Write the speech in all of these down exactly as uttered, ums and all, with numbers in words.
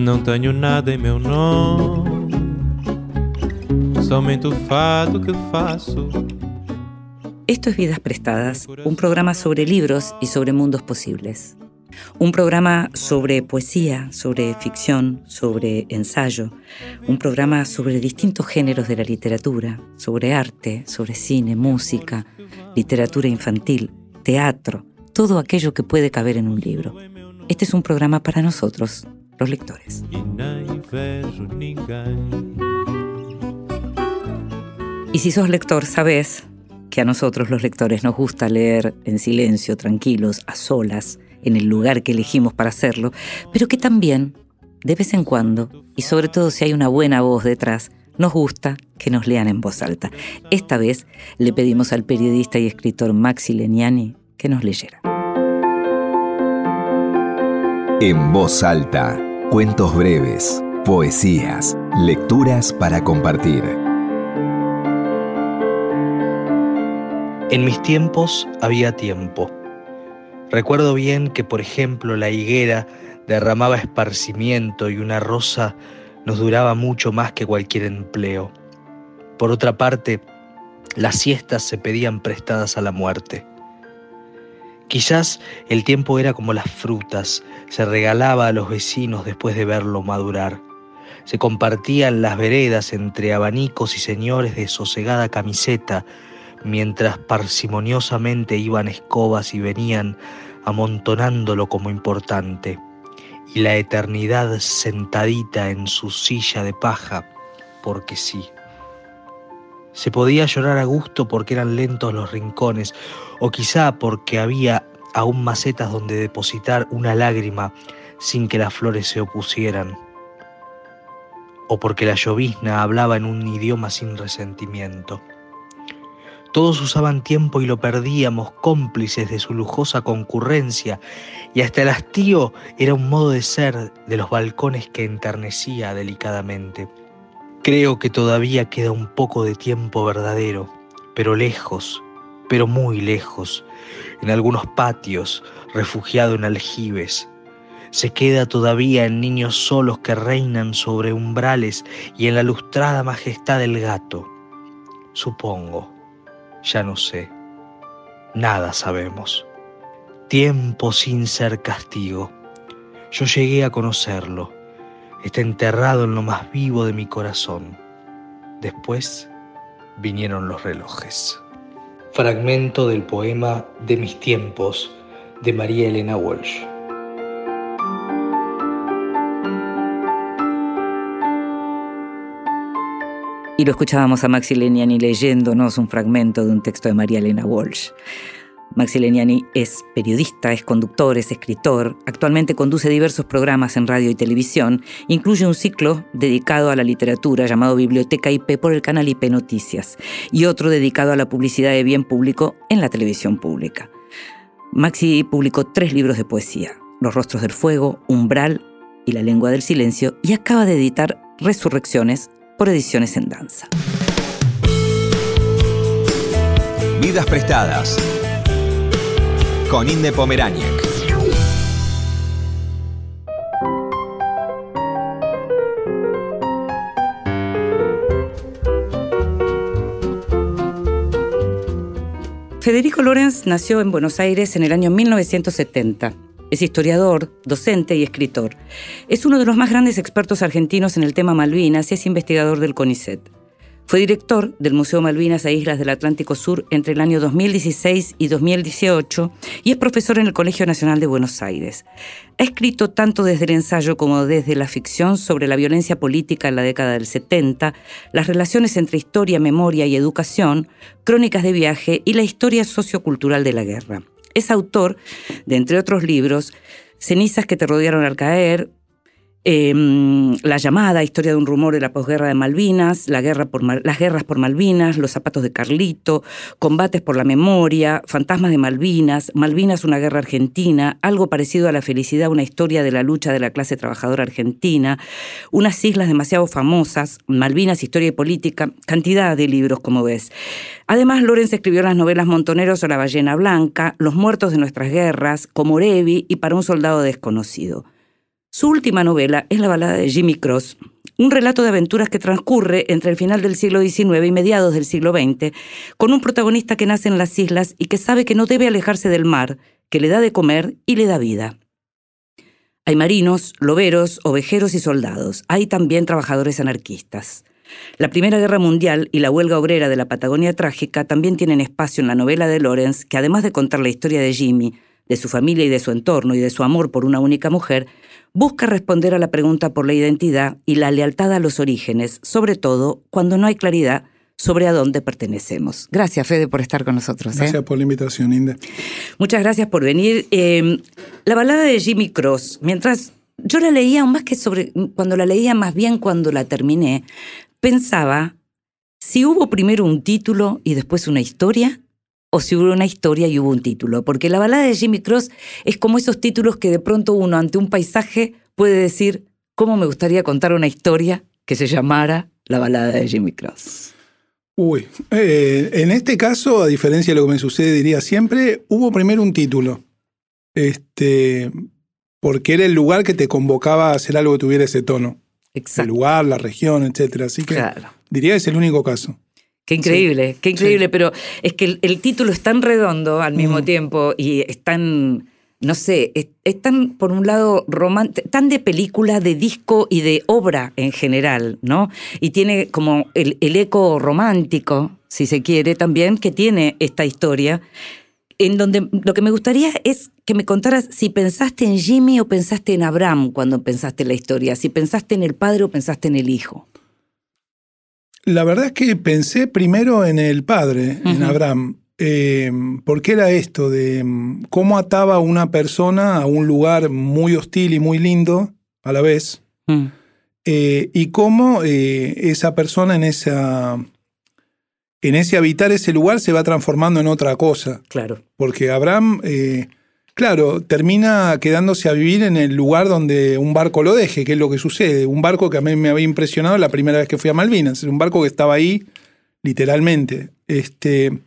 Não tenho nada em meu nome, somente o fado que faço. Esto es Vidas Prestadas, un programa sobre libros y sobre mundos posibles. Un programa sobre poesía, sobre ficción, sobre ensayo. Un programa sobre distintos géneros de la literatura, sobre arte, sobre cine, música, literatura infantil, teatro, todo aquello que puede caber en un libro. Este es un programa para nosotros, los lectores. Y si sos lector, sabés que a nosotros los lectores nos gusta leer en silencio, tranquilos, a solas, en el lugar que elegimos para hacerlo, pero que también, de vez en cuando, y sobre todo si hay una buena voz detrás, nos gusta que nos lean en voz alta. Esta vez le pedimos al periodista y escritor Maxi Leniani que nos leyera. En voz alta, cuentos breves, poesías, lecturas para compartir. En mis tiempos había tiempo. Recuerdo bien que, por ejemplo, la higuera derramaba esparcimiento y una rosa nos duraba mucho más que cualquier empleo. Por otra parte, las siestas se pedían prestadas a la muerte. Quizás el tiempo era como las frutas, se regalaba a los vecinos después de verlo madurar. Se compartían las veredas entre abanicos y señores de sosegada camiseta, mientras parsimoniosamente iban escobas y venían amontonándolo como importante, y la eternidad sentadita en su silla de paja, porque sí. Se podía llorar a gusto porque eran lentos los rincones, o quizá porque había aún macetas donde depositar una lágrima sin que las flores se opusieran, o porque la llovizna hablaba en un idioma sin resentimiento. Todos usaban tiempo y lo perdíamos, cómplices de su lujosa concurrencia, y hasta el hastío era un modo de ser de los balcones que enternecía delicadamente. Creo que todavía queda un poco de tiempo verdadero, pero lejos, pero muy lejos, en algunos patios, refugiado en aljibes. Se queda todavía en niños solos que reinan sobre umbrales y en la lustrada majestad del gato. Supongo. Ya no sé, nada sabemos. Tiempo sin ser castigo. Yo llegué a conocerlo. Está enterrado en lo más vivo de mi corazón. Después vinieron los relojes. Fragmento del poema De mis tiempos, de María Elena Walsh. Y lo escuchábamos a Maxi Leniani leyéndonos un fragmento de un texto de María Elena Walsh. Maxi Leniani es periodista, es conductor, es escritor. Actualmente conduce diversos programas en radio y televisión. Incluye un ciclo dedicado a la literatura llamado Biblioteca I P por el canal I P Noticias y otro dedicado a la publicidad de bien público en la televisión pública. Maxi publicó tres libros de poesía: Los rostros del fuego, Umbral y La lengua del silencio, y acaba de editar Resurrecciones por Ediciones en Danza. Vidas Prestadas con Inde Pomeráñez. Federico Lorenz nació en Buenos Aires en el año mil novecientos setenta. Es historiador, docente y escritor. Es uno de los más grandes expertos argentinos en el tema Malvinas y es investigador del CONICET. Fue director del Museo Malvinas e Islas del Atlántico Sur entre el año dos mil dieciséis y dos mil dieciocho y es profesor en el Colegio Nacional de Buenos Aires. Ha escrito tanto desde el ensayo como desde la ficción sobre la violencia política en la década del setenta, las relaciones entre historia, memoria y educación, crónicas de viaje y la historia sociocultural de la guerra. Es autor de, entre otros libros, Cenizas que te rodearon al caer, eh, La llamada, Historia de un rumor de la posguerra de Malvinas, la guerra por Mal, Las guerras por Malvinas, Los zapatos de Carlito, Combates por la memoria, Fantasmas de Malvinas, Malvinas, una guerra argentina, Algo parecido a la felicidad, una historia de la lucha de la clase trabajadora argentina, Unas islas demasiado famosas, Malvinas, historia y política, cantidad de libros, como ves. Además, Lorenz escribió las novelas Montoneros o La ballena blanca, Los muertos de nuestras guerras, Como Orevi y Para un soldado desconocido. Su última novela es la balada de Jimmy Cross, un relato de aventuras que transcurre entre el final del siglo diecinueve y mediados del siglo veinte, con un protagonista que nace en las islas y que sabe que no debe alejarse del mar, que le da de comer y le da vida. Hay marinos, loberos, ovejeros y soldados. Hay también trabajadores anarquistas. La Primera Guerra Mundial y la huelga obrera de la Patagonia Trágica también tienen espacio en la novela de Lawrence, que además de contar la historia de Jimmy, de su familia y de su entorno y de su amor por una única mujer, busca responder a la pregunta por la identidad y la lealtad a los orígenes, sobre todo cuando no hay claridad sobre a dónde pertenecemos. Gracias, Fede, por estar con nosotros. ¿eh? Gracias por la invitación, Inde. Muchas gracias por venir. Eh, la balada de Jimmy Cross, mientras yo la leía, más que sobre, cuando la leía, más bien cuando la terminé, pensaba si hubo primero un título y después una historia, o si hubo una historia y hubo un título. Porque la balada de Jimmy Cross es como esos títulos que de pronto uno ante un paisaje puede decir, ¿cómo me gustaría contar una historia que se llamara La balada de Jimmy Cross? Uy, eh, en este caso, a diferencia de lo que me sucede, diría siempre, hubo primero un título. Este, porque era el lugar que te convocaba a hacer algo que tuviera ese tono. Exacto. El lugar, la región, etcétera. Así que claro. Diría que es el único caso. Qué increíble, sí, qué increíble, sí. Pero es que el, el título es tan redondo al mismo mm. tiempo y es tan, no sé, es, es tan, por un lado, romántico, tan de película, de disco y de obra en general, ¿no? Y tiene como el, el eco romántico, si se quiere, también, que tiene esta historia, en donde lo que me gustaría es que me contaras si pensaste en Jimmy o pensaste en Abraham cuando pensaste la historia, si pensaste en el padre o pensaste en el hijo. La verdad es que pensé primero en el padre, uh-huh. en Abraham, eh, porque era esto de cómo ataba a una persona a un lugar muy hostil y muy lindo a la vez, uh-huh. eh, y cómo eh, esa persona en, esa, en ese habitar ese lugar se va transformando en otra cosa. Claro. Porque Abraham, eh, claro, termina quedándose a vivir en el lugar donde un barco lo deje, que es lo que sucede. Un barco que a mí me había impresionado la primera vez que fui a Malvinas. Un barco que estaba ahí, literalmente. Este,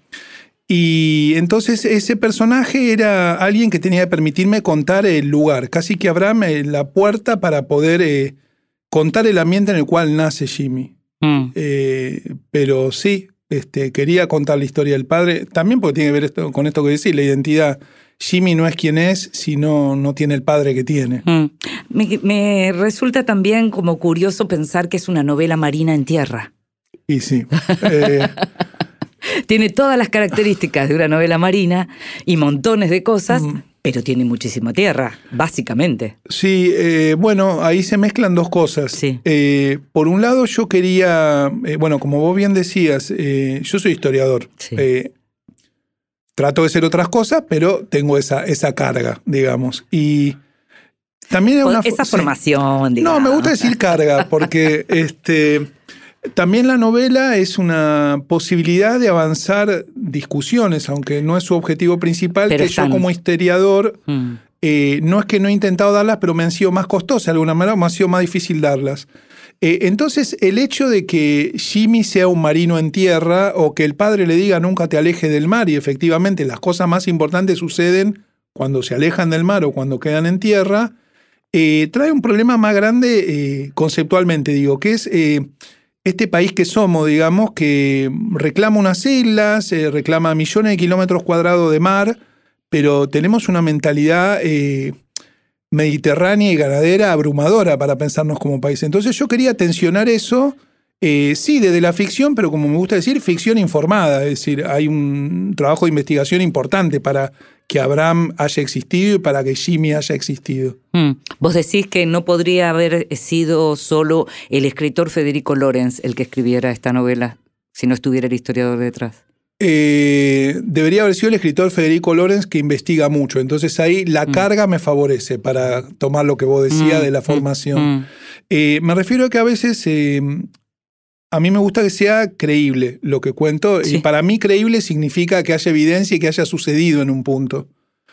y entonces ese personaje era alguien que tenía que permitirme contar el lugar. Casi que Abraham eh, la puerta para poder eh, contar el ambiente en el cual nace Jimmy. Mm. Eh, pero sí, este, quería contar la historia del padre. También porque tiene que ver esto, con esto que decís, la identidad. Jimmy no es quien es si no, no tiene el padre que tiene. Mm. Me, me resulta también como curioso pensar que es una novela marina en tierra. Y sí. Eh... tiene todas las características de una novela marina y montones de cosas, mm. pero tiene muchísima tierra, básicamente. Sí, eh, bueno, ahí se mezclan dos cosas. Sí. Eh, por un lado yo quería, eh, bueno, como vos bien decías, eh, yo soy historiador. Sí. Eh, Trato de ser otras cosas, pero tengo esa, esa carga, digamos. Y también es una... Esa sí. formación, digamos. No, me gusta decir carga, porque este, también la novela es una posibilidad de avanzar discusiones, aunque no es su objetivo principal, pero que están... yo como historiador, mm. eh, no es que no he intentado darlas, pero me han sido más costosas de alguna manera, me ha sido más difícil darlas. Eh, entonces, el hecho de que Jimmy sea un marino en tierra o que el padre le diga nunca te alejes del mar, y efectivamente las cosas más importantes suceden cuando se alejan del mar o cuando quedan en tierra, eh, trae un problema más grande eh, conceptualmente, digo, que es eh, este país que somos, digamos, que reclama unas islas, eh, reclama millones de kilómetros cuadrados de mar, pero tenemos una mentalidad... Eh, mediterránea y ganadera abrumadora para pensarnos como país. Entonces yo quería tensionar eso, eh, sí, desde la ficción, pero como me gusta decir, ficción informada. Es decir, hay un trabajo de investigación importante para que Abraham haya existido y para que Jimmy haya existido. Mm. Vos decís que no podría haber sido solo el escritor Federico Lawrence el que escribiera esta novela, si no estuviera el historiador detrás. Eh, debería haber sido el escritor Federico Lawrence, que investiga mucho. Entonces ahí la mm. carga me favorece para tomar lo que vos decías mm. de la formación. Mm. Eh, me refiero a que a veces eh, a mí me gusta que sea creíble lo que cuento. Sí. Y para mí creíble significa que haya evidencia y que haya sucedido en un punto.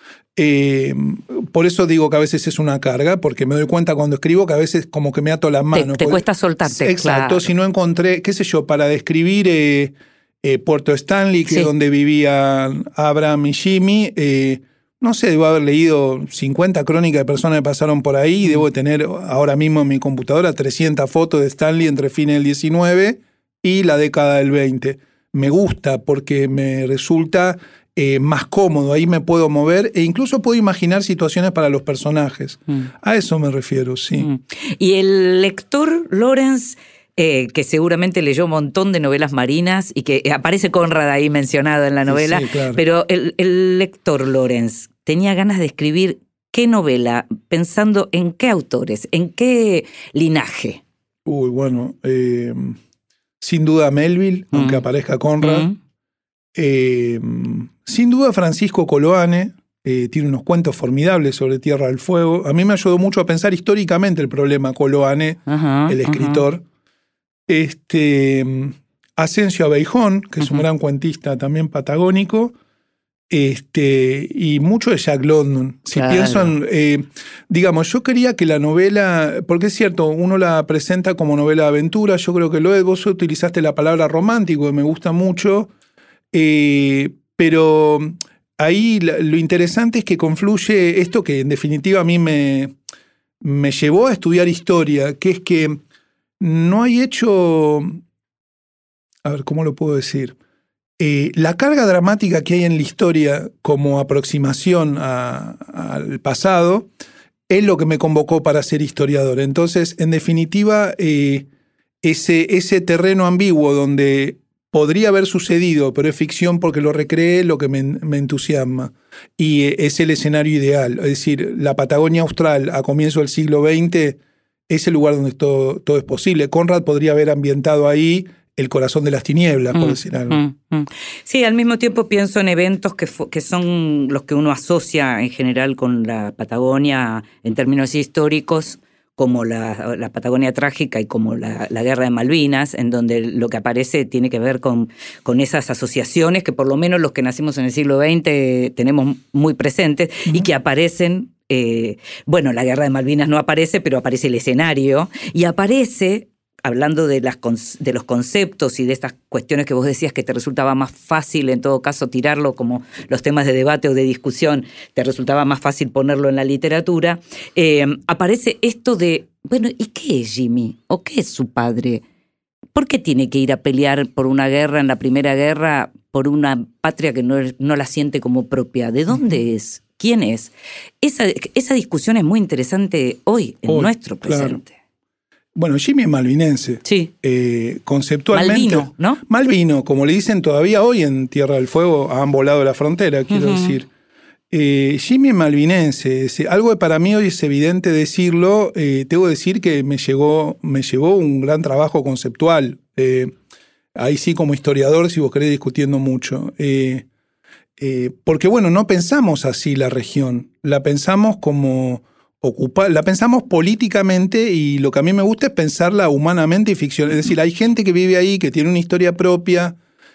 Eh, por eso digo que a veces es una carga, porque me doy cuenta cuando escribo que a veces como que me ato las manos. Te, te cuesta soltarte. Exacto, claro. Si no encontré, qué sé yo, para describir... Eh, Eh, Puerto Stanley, que sí. es donde vivían Abraham y Jimmy, eh, no sé, debo haber leído cincuenta crónicas de personas que pasaron por ahí, y debo tener ahora mismo en mi computadora trescientas fotos de Stanley entre fines del diecinueve y la década del veinte. Me gusta porque me resulta eh, más cómodo, ahí me puedo mover e incluso puedo imaginar situaciones para los personajes. Mm. A eso me refiero, sí. Mm. Y el lector Lawrence, eh, que seguramente leyó un montón de novelas marinas y que aparece Conrad ahí mencionado en la novela, sí, sí, claro. Pero el, el lector Lawrence tenía ganas de escribir qué novela, pensando en qué autores, en qué linaje. Uy, bueno, eh, sin duda Melville, mm. aunque aparezca Conrad. Mm. Eh, sin duda Francisco Coloane, eh, tiene unos cuentos formidables sobre Tierra del Fuego. A mí me ayudó mucho a pensar históricamente el problema Coloane, ajá, el escritor. Ajá. Este, Asensio Abeijon, que es uh-huh. un gran cuentista también patagónico, este, y mucho de Jack London. Si claro. pienso en, eh, digamos, yo quería que la novela, porque es cierto, uno la presenta como novela de aventura, yo creo que lo es, vos utilizaste la palabra romántico, que me gusta mucho, eh, pero ahí lo interesante es que confluye esto que en definitiva a mí me, me llevó a estudiar historia, que es que no hay hecho, a ver, ¿cómo lo puedo decir? Eh, la carga dramática que hay en la historia como aproximación a, al pasado es lo que me convocó para ser historiador. Entonces, en definitiva, eh, ese, ese terreno ambiguo donde podría haber sucedido, pero es ficción porque lo recreé, lo que me, me entusiasma. Y eh, es el escenario ideal. Es decir, la Patagonia Austral a comienzos del siglo veinte es el lugar donde todo, todo es posible. Conrad podría haber ambientado ahí el corazón de las tinieblas, por mm, decir algo. Mm, mm. Sí, al mismo tiempo pienso en eventos que, que son los que uno asocia en general con la Patagonia en términos históricos, como la, la Patagonia trágica y como la, la Guerra de Malvinas, en donde lo que aparece tiene que ver con, con esas asociaciones que por lo menos los que nacimos en el siglo veinte tenemos muy presentes uh-huh. y que aparecen. Eh, bueno, la Guerra de Malvinas no aparece, pero aparece el escenario y aparece, hablando de, las, de los conceptos y de estas cuestiones que vos decías que te resultaba más fácil en todo caso tirarlo como los temas de debate o de discusión, te resultaba más fácil ponerlo en la literatura, eh, aparece esto de, bueno, ¿y qué es Jimmy? ¿O qué es su padre? ¿Por qué tiene que ir a pelear por una guerra en la Primera Guerra por una patria que no, no la siente como propia? ¿De dónde es? ¿Quién es? Esa, esa discusión es muy interesante hoy, en hoy, nuestro presente. Claro. Bueno, Jimmy es malvinense. Sí. Eh, conceptualmente. Malvino, ¿no? Malvino, como le dicen todavía hoy en Tierra del Fuego, han volado la frontera, quiero uh-huh. decir. Eh, Jimmy es malvinense. Es, algo que para mí hoy es evidente decirlo, eh, tengo que decir que me, llegó, me llevó un gran trabajo conceptual. Eh, ahí sí, como historiador, si vos querés, discutiendo mucho. Eh, Eh, porque, bueno, no pensamos así la región, la pensamos como ocupa, la pensamos políticamente y lo que a mí me gusta es pensarla humanamente y ficción. Es decir, hay gente que vive ahí, que tiene una historia propia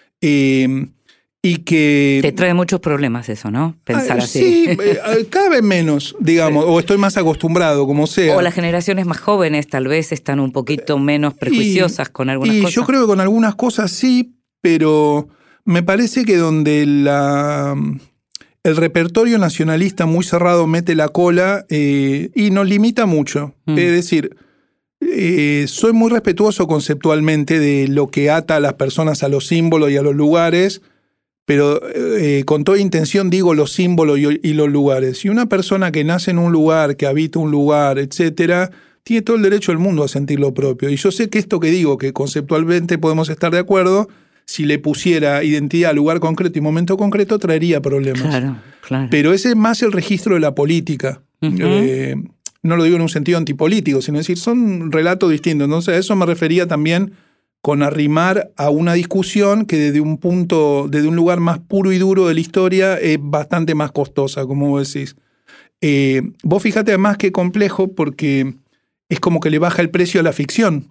eh, y que... Te trae muchos problemas eso, ¿no? Pensar ah, así. Sí, eh, cada vez menos, digamos, sí. O estoy más acostumbrado, como sea. O las generaciones más jóvenes tal vez están un poquito menos prejuiciosas y, con algunas y cosas. Y yo creo que con algunas cosas sí, pero... Me parece que donde la, el repertorio nacionalista muy cerrado mete la cola eh, y nos limita mucho. Mm. Es decir, eh, soy muy respetuoso conceptualmente de lo que ata a las personas a los símbolos y a los lugares, pero eh, con toda intención digo los símbolos y, y los lugares. Y una persona que nace en un lugar, que habita un lugar, etcétera, tiene todo el derecho del mundo a sentir lo propio. Y yo sé que esto que digo, que conceptualmente podemos estar de acuerdo, si le pusiera identidad a lugar concreto y momento concreto, traería problemas. Claro, claro. Pero ese es más el registro de la política. Uh-huh. Eh, no lo digo en un sentido antipolítico, sino decir, son relatos distintos. Entonces, a eso me refería también con arrimar a una discusión que desde un punto, desde un lugar más puro y duro de la historia, es bastante más costosa, como vos decís. Eh, vos fíjate además qué complejo, porque es como que le baja el precio a la ficción.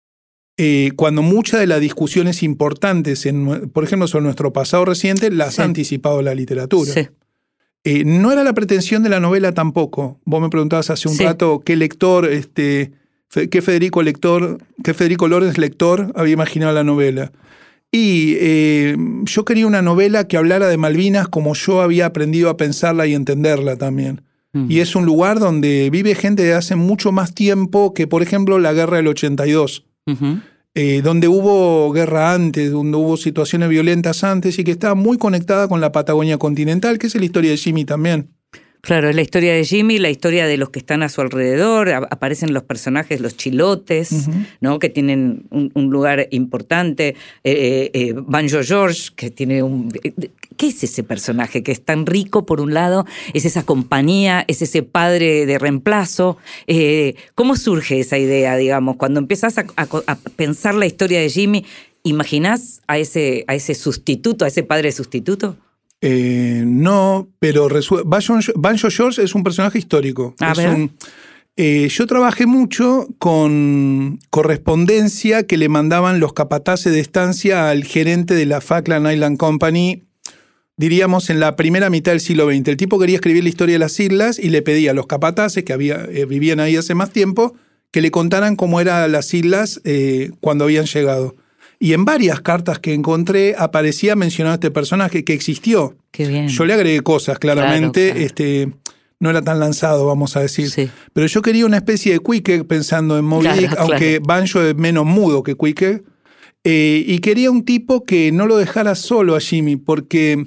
Eh, cuando muchas de las discusiones importantes, en, por ejemplo, sobre nuestro pasado reciente, las sí. ha anticipado la literatura. Sí. Eh, no era la pretensión de la novela tampoco. Vos me preguntabas hace un sí. rato qué lector, este, qué Federico lector, qué Federico Lawrence lector había imaginado la novela. Y eh, yo quería una novela que hablara de Malvinas como yo había aprendido a pensarla y entenderla también. Mm. Y es un lugar donde vive gente de hace mucho más tiempo que, por ejemplo, la guerra del ochenta y dos. Uh-huh. Eh, donde hubo guerra antes, donde hubo situaciones violentas antes y que estaba muy conectada con la Patagonia continental, que es la historia de Jimmy también. Claro, es la historia de Jimmy, la historia de los que están a su alrededor, a- aparecen los personajes, los chilotes, uh-huh. ¿no? Que tienen un, un lugar importante, eh, eh, Banjo George, que tiene un... ¿Qué es ese personaje que es tan rico por un lado? Es esa compañía, es ese padre de reemplazo. Eh, ¿Cómo surge esa idea, digamos? Cuando empiezas a, a, a pensar la historia de Jimmy, ¿imaginás a ese, a ese sustituto, a ese padre sustituto? Eh, no, pero resu- Banjo, Banjo George es un personaje histórico. A es ver. un, eh, yo trabajé mucho con correspondencia que le mandaban los capataces de estancia al gerente de la Falkland Island Company, diríamos en la primera mitad del siglo veinte. El tipo quería escribir la historia de las islas y le pedía a los capataces que había, eh, vivían ahí hace más tiempo que le contaran cómo eran las islas eh, cuando habían llegado. Y en varias cartas que encontré aparecía mencionado este personaje que existió. Qué bien. Yo le agregué cosas, claramente. Claro, claro. Este, no era tan lanzado, vamos a decir. Sí. Pero yo quería una especie de Queequeg pensando en Moby Claro, Dick, claro. aunque Banjo es menos mudo que Queequeg. Eh, y quería un tipo que no lo dejara solo a Jimmy, porque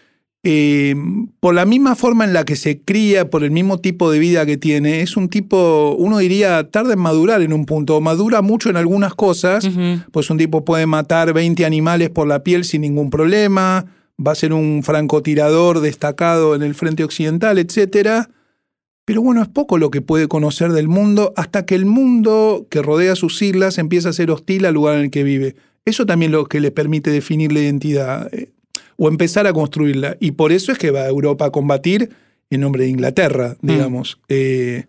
eh, por la misma forma en la que se cría, por el mismo tipo de vida que tiene, es un tipo, uno diría, tarda en madurar en un punto, madura mucho en algunas cosas, uh-huh. Pues un tipo puede matar veinte animales por la piel sin ningún problema, va a ser un francotirador destacado en el frente occidental, etcétera. Pero bueno, es poco lo que puede conocer del mundo hasta que el mundo que rodea sus islas empieza a ser hostil al lugar en el que vive. Eso también es lo que le permite definir la identidad eh, o empezar a construirla. Y por eso es que va a Europa a combatir en nombre de Inglaterra, digamos. Mm. Eh,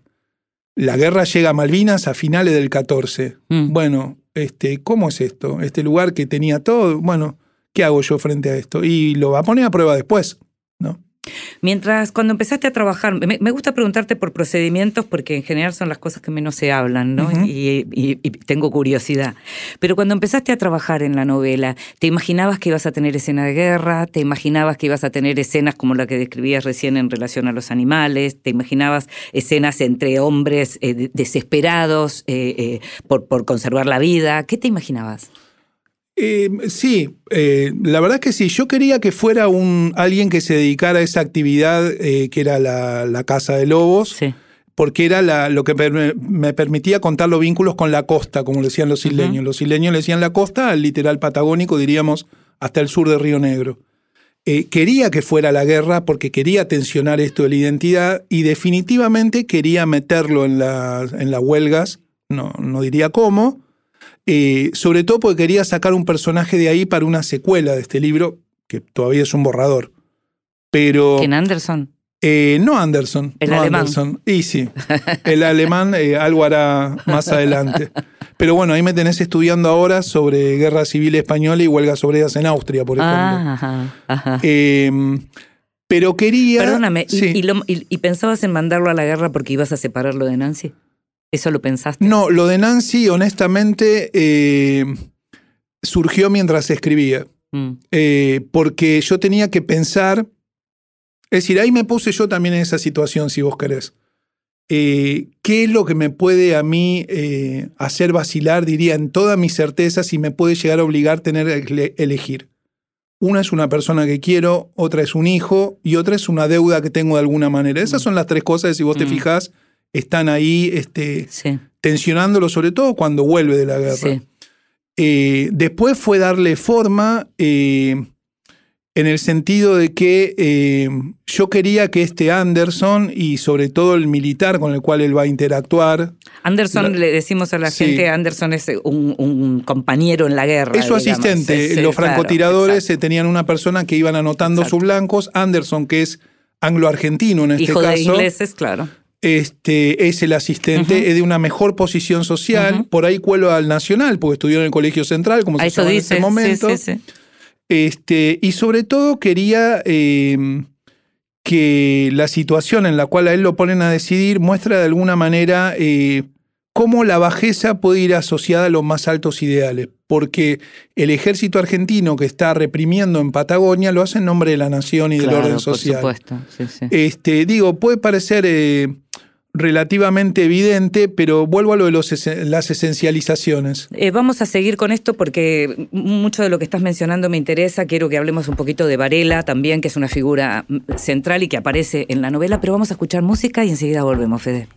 la guerra llega a Malvinas a finales del catorce. Mm. Bueno, este, ¿cómo es esto? Este lugar que tenía todo, bueno, ¿qué hago yo frente a esto? Y lo va a poner a prueba después, ¿no? Mientras, cuando empezaste a trabajar, me, me gusta preguntarte por procedimientos porque en general son las cosas que menos se hablan, ¿no? Uh-huh. y, y, y tengo curiosidad. Pero cuando empezaste a trabajar en la novela, ¿te imaginabas que ibas a tener escena de guerra? ¿Te imaginabas que ibas a tener escenas como la que describías recién en relación a los animales? ¿Te imaginabas escenas entre hombres eh, desesperados eh, eh, por, por conservar la vida? ¿Qué te imaginabas? Eh, sí, eh, la verdad es que sí. Yo quería que fuera un alguien que se dedicara a esa actividad eh, que era la, la caza de lobos, sí. Porque era la, lo que per, me permitía contar los vínculos con la costa, como le decían los isleños. Uh-huh. Los isleños le decían la costa al literal patagónico, diríamos, hasta el sur de Río Negro. Eh, quería que fuera la guerra porque quería tensionar esto de la identidad y definitivamente quería meterlo en, la, en las huelgas, no, no diría cómo. Eh, sobre todo porque quería sacar un personaje de ahí para una secuela de este libro, que todavía es un borrador. Pero, ¿Quién, Anderson? Eh, no Anderson. El no alemán. Anderson. Y sí, el alemán eh, algo hará más adelante. Pero bueno, ahí me tenés estudiando ahora sobre guerra civil española y huelgas obreras en Austria, por ejemplo. Ah, ajá, ajá. Eh, pero quería... Perdóname, sí. ¿y, y, lo, y, ¿y pensabas en mandarlo a la guerra porque ibas a separarlo de Nancy? ¿Eso lo pensaste? No, lo de Nancy, honestamente, eh, surgió mientras escribía. Mm. Eh, porque yo tenía que pensar... Es decir, ahí me puse yo también en esa situación, si vos querés. Eh, ¿Qué es lo que me puede a mí eh, hacer vacilar, diría, en todas mis certezas y me puede llegar a obligar a tener que elegir? Una es una persona que quiero, otra es un hijo y otra es una deuda que tengo de alguna manera. Esas son las tres cosas que, si vos mm. te fijás, están ahí este, sí. tensionándolo, sobre todo cuando vuelve de la guerra. Sí. Eh, después fue darle forma eh, en el sentido de que eh, yo quería que este Anderson y sobre todo el militar con el cual él va a interactuar... Anderson, la, le decimos a la sí. gente, Anderson es un, un compañero en la guerra. Es su digamos. asistente. Es, Los francotiradores claro, tenían una persona que iban anotando exacto. sus blancos. Anderson, que es anglo-argentino en este Hijo caso. Hijo de ingleses, claro. Este, es el asistente, uh-huh. es de una mejor posición social, uh-huh. por ahí cuelo al Nacional, porque estudió en el Colegio Central, como se llama en ese momento. Sí, sí, sí. Este, y sobre todo quería eh, que la situación en la cual a él lo ponen a decidir muestra de alguna manera eh, cómo la bajeza puede ir asociada a los más altos ideales. porque el ejército argentino que está reprimiendo en Patagonia lo hace en nombre de la nación y claro, del orden social. Por supuesto, sí, sí. Este, digo, puede parecer eh, relativamente evidente, pero vuelvo a lo de los esen- las esencializaciones. Eh, vamos a seguir con esto porque mucho de lo que estás mencionando me interesa. Quiero que hablemos un poquito de Varela también, que es una figura central y que aparece en la novela, pero vamos a escuchar música y enseguida volvemos, Fede.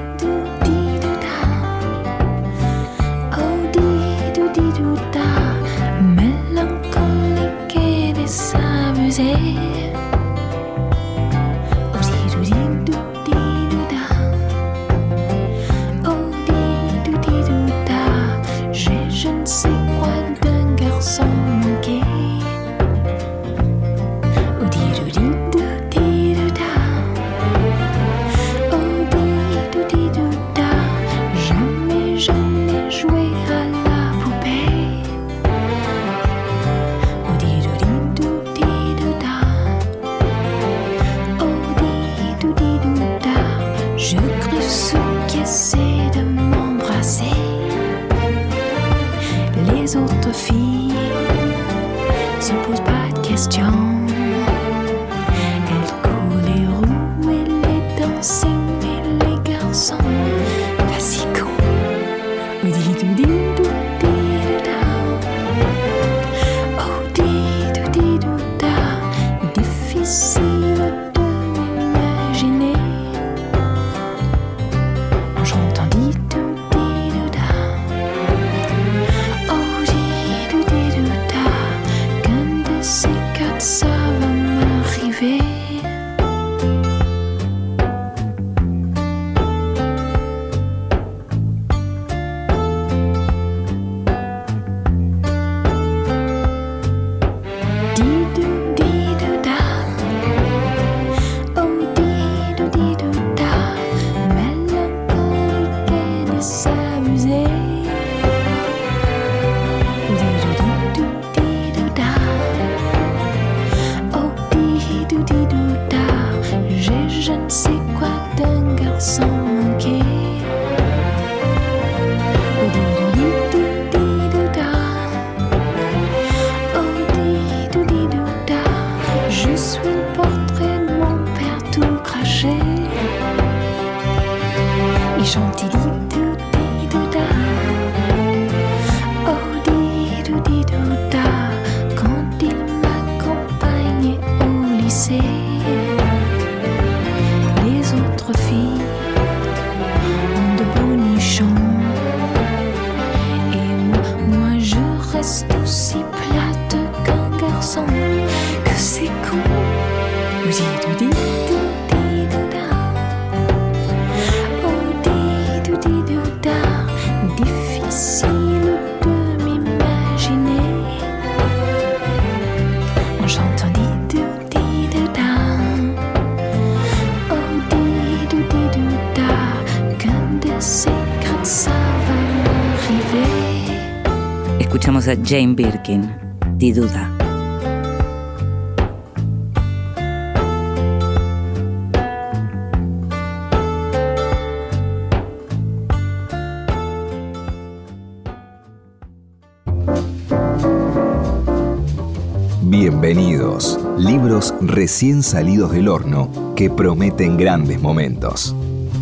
Escuchamos a Jane Birkin, Di Duda. Bienvenidos, libros recién salidos del horno que prometen grandes momentos.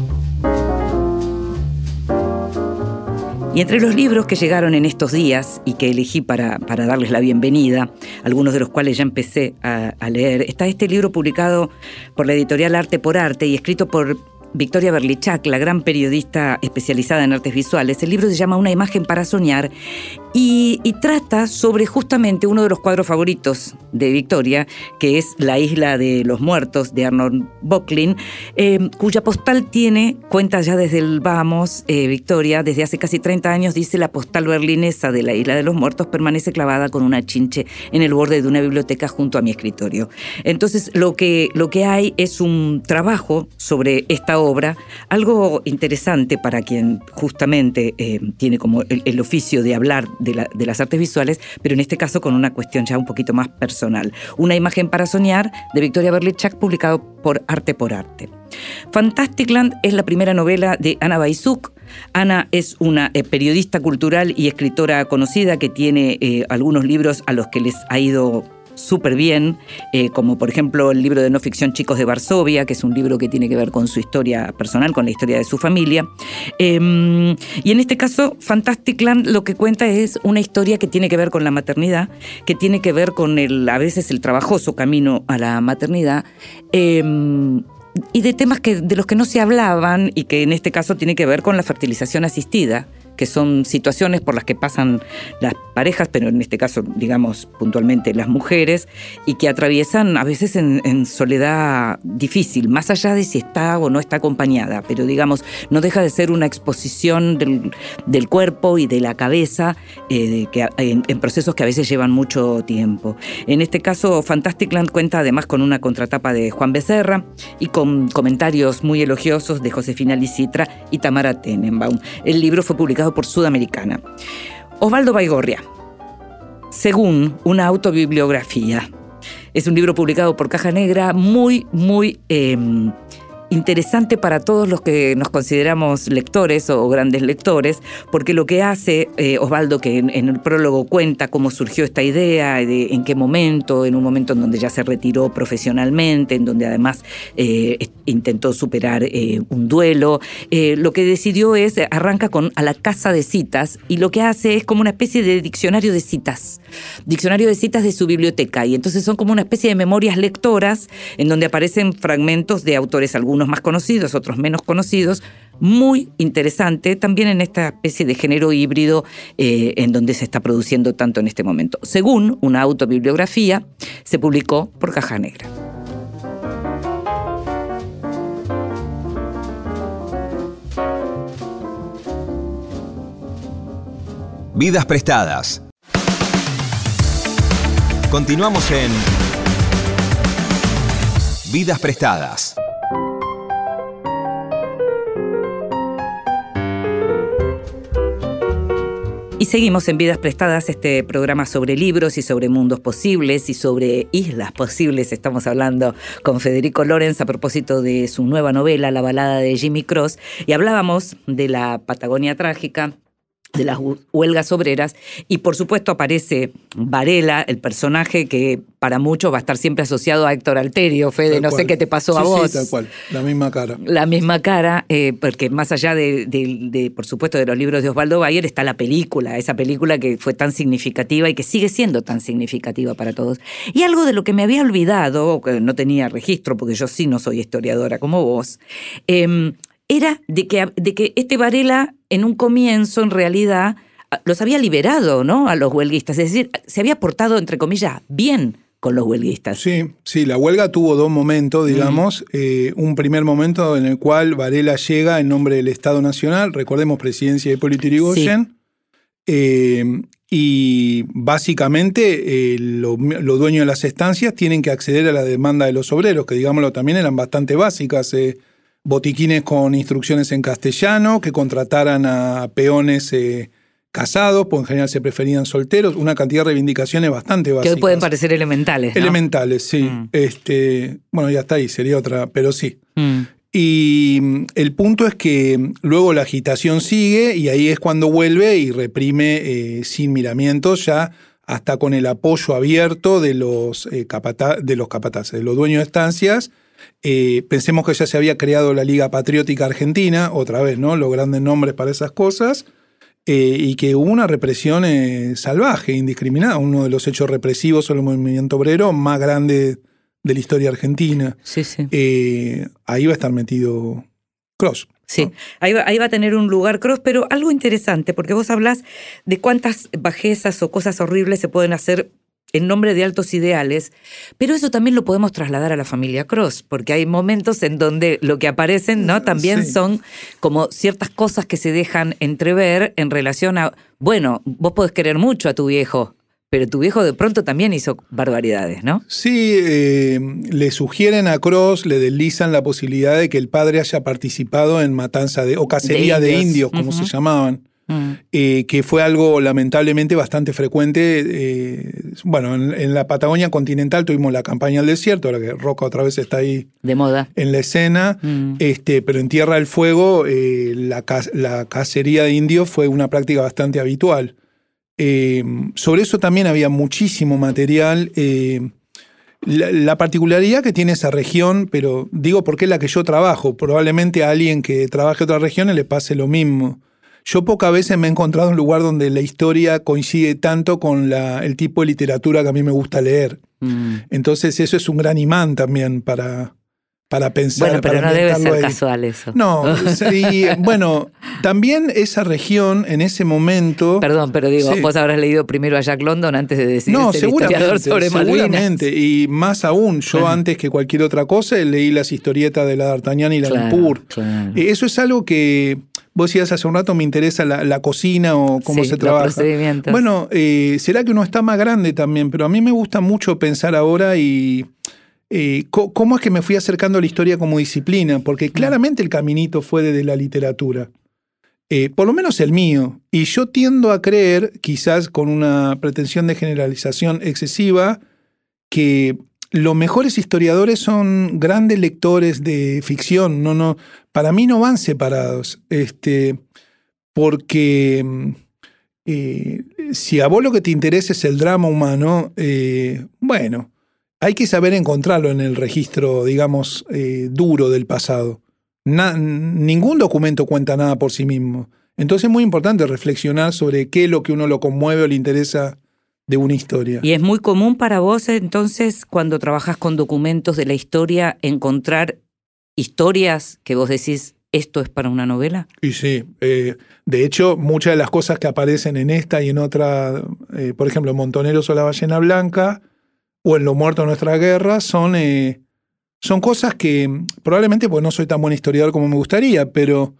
Y entre los libros que llegaron en estos días y que elegí para, para darles la bienvenida, algunos de los cuales ya empecé a, a leer, está este libro publicado por la editorial Arte por Arte y escrito por Victoria Berlichak, la gran periodista especializada en artes visuales. El libro se llama Una imagen para soñar y, y trata sobre justamente uno de los cuadros favoritos de Victoria, que es La isla de los muertos de Arnold Böcklin, eh, cuya postal tiene, cuenta ya desde el vamos, eh, Victoria, desde hace casi treinta años, dice: la postal berlinesa de la isla de los muertos permanece clavada con una chinche en el borde de una biblioteca junto a mi escritorio. Entonces lo que, lo que hay es un trabajo sobre esta obra, algo interesante para quien justamente eh, tiene como el, el oficio de hablar de, la, de las artes visuales, pero en este caso con una cuestión ya un poquito más personal. Una imagen para soñar, de Victoria Berlichak, publicado por Arte por Arte. Fantasticland es la primera novela de Ana Baizuk. Ana es una eh, periodista cultural y escritora conocida que tiene eh, algunos libros a los que les ha ido súper bien, eh, como por ejemplo el libro de no ficción Chicos de Varsovia, que es un libro que tiene que ver con su historia personal, con la historia de su familia. Eh, y en este caso, Fantasticland lo que cuenta es una historia que tiene que ver con la maternidad, que tiene que ver con el, a veces el trabajoso camino a la maternidad, eh, y de temas que, de los que no se hablaban y que en este caso tiene que ver con la fertilización asistida, que son situaciones por las que pasan las parejas, pero en este caso, digamos, puntualmente las mujeres, y que atraviesan a veces en, en soledad difícil, más allá de si está o no está acompañada, pero digamos, no deja de ser una exposición del, del cuerpo y de la cabeza eh, que, en, en procesos que a veces llevan mucho tiempo. En este caso, Fantasticland cuenta además con una contratapa de Juan Becerra y con comentarios muy elogiosos de Josefina Licitra y Tamara Tenenbaum. El libro fue publicado por Sudamericana. Osvaldo Baigorria, Según, una autobibliografía. Es un libro publicado por Caja Negra, muy, muy eh, interesante para todos los que nos consideramos lectores o grandes lectores, porque lo que hace eh, Osvaldo, que en, en el prólogo cuenta cómo surgió esta idea, de, en qué momento, en un momento en donde ya se retiró profesionalmente, en donde además eh, intentó superar eh, un duelo, eh, lo que decidió es, arranca con A la casa de citas, y lo que hace es como una especie de diccionario de citas, diccionario de citas de su biblioteca, y entonces son como una especie de memorias lectoras en donde aparecen fragmentos de autores, algunos más conocidos, otros menos conocidos, muy interesante, también en esta especie de género híbrido eh, en donde se está produciendo tanto en este momento. Según, una autobibliografía, se publicó por Caja Negra. Vidas prestadas. Continuamos en Vidas prestadas. Y seguimos en Vidas Prestadas, este programa sobre libros y sobre mundos posibles y sobre islas posibles. Estamos hablando con Federico Lorenz a propósito de su nueva novela, La balada de Jimmy Cross, y hablábamos de la Patagonia trágica, de las huelgas obreras, y por supuesto aparece Varela, el personaje que para muchos va a estar siempre asociado a Héctor Alterio. Fede, tal no cual. Sé qué te pasó sí, a vos. Sí, tal cual, la misma cara. La misma cara, eh, porque más allá de, de, de, por supuesto, de los libros de Osvaldo Bayer, está la película, esa película que fue tan significativa y que sigue siendo tan significativa para todos. Y algo de lo que me había olvidado, que no tenía registro, porque yo sí no soy historiadora como vos, eh, era de que, de que este Varela en un comienzo en realidad los había liberado, ¿no?, a los huelguistas, es decir, se había portado, entre comillas, bien con los huelguistas. Sí, sí, la huelga tuvo dos momentos, digamos. Mm. Eh, un primer momento en el cual Varela llega en nombre del Estado Nacional, recordemos, presidencia de Hipólito Yrigoyen, sí. eh, y básicamente eh, los lo dueños de las estancias tienen que acceder a la demanda de los obreros, que digámoslo también eran bastante básicas, eh, botiquines con instrucciones en castellano, que contrataran a peones eh, casados, pues en general se preferían solteros, una cantidad de reivindicaciones bastante básicas. Que hoy pueden parecer elementales, ¿no? Elementales, sí. Mm. Este, bueno, ya está ahí, sería otra, pero sí. Mm. Y el punto es que luego la agitación sigue y ahí es cuando vuelve y reprime eh, sin miramientos, ya hasta con el apoyo abierto de los, eh, capata- de los capataces, de los dueños de estancias. Eh, pensemos que ya se había creado la Liga Patriótica Argentina, otra vez, ¿no?, los grandes nombres para esas cosas, eh, y que hubo una represión eh, salvaje, indiscriminada, uno de los hechos represivos sobre el movimiento obrero más grande de la historia argentina. Sí, sí. Eh, ahí va a estar metido Cross. Sí, ¿no? ahí va, ahí va a tener un lugar Cross, pero algo interesante, porque vos hablás de cuántas bajezas o cosas horribles se pueden hacer en nombre de altos ideales, pero eso también lo podemos trasladar a la familia Cross, porque hay momentos en donde lo que aparecen, ¿no?, también sí. son como ciertas cosas que se dejan entrever en relación a, bueno, vos podés querer mucho a tu viejo, pero tu viejo de pronto también hizo barbaridades, ¿no? Sí, eh, le sugieren a Cross, le deslizan la posibilidad de que el padre haya participado en matanza de, o cacería de indios, de indios como uh-huh. se llamaban. mm. eh, que fue algo lamentablemente bastante frecuente. Eh, bueno, en, en la Patagonia continental tuvimos la campaña del desierto, ahora que Roca otra vez está ahí de moda en la escena, mm. este, pero en Tierra del Fuego eh, la, la cacería de indios fue una práctica bastante habitual. Eh, sobre eso también había muchísimo material. Eh, la, la particularidad que tiene esa región, pero digo porque es la que yo trabajo, probablemente a alguien que trabaje en otra regiones le pase lo mismo. Yo pocas veces me he encontrado en un lugar donde la historia coincide tanto con la, el tipo de literatura que a mí me gusta leer. Mm. Entonces eso es un gran imán también para... para pensar. Bueno, pero para no debe ser ahí. casual eso. No, y bueno, también esa región en ese momento... Perdón, pero digo, sí. Vos habrás leído primero a Jack London antes de decidir no, ser historiador sobre Malvinas. Seguramente, y más aún, yo uh-huh. antes que cualquier otra cosa leí las historietas de la D'Artagnan y la claro, Nippur. Claro. Eso es algo que... Vos decías hace un rato, me interesa la, la cocina o cómo sí, se trabaja. Los procedimientos. Bueno, eh, será que uno está más grande también, pero a mí me gusta mucho pensar ahora y... Eh, ¿Cómo es que me fui acercando a la historia como disciplina? Porque claramente el caminito fue desde la literatura. Eh, por lo menos el mío. Y yo tiendo a creer, quizás con una pretensión de generalización excesiva, que los mejores historiadores son grandes lectores de ficción. No, no, para mí no van separados. Este, porque eh, si a vos lo que te interesa es el drama humano, eh, bueno... hay que saber encontrarlo en el registro, digamos, eh, duro del pasado. Na, ningún documento cuenta nada por sí mismo. Entonces es muy importante reflexionar sobre qué es lo que uno lo conmueve o le interesa de una historia. ¿Y es muy común para vos, entonces, cuando trabajás con documentos de la historia, encontrar historias que vos decís, esto es para una novela? Y sí. Eh, de hecho, muchas de las cosas que aparecen en esta y en otra, eh, por ejemplo, Montoneros o La Ballena Blanca, o en Lo Muerto de Nuestra Guerra, son, eh, son cosas que probablemente, pues no soy tan buen historiador como me gustaría, pero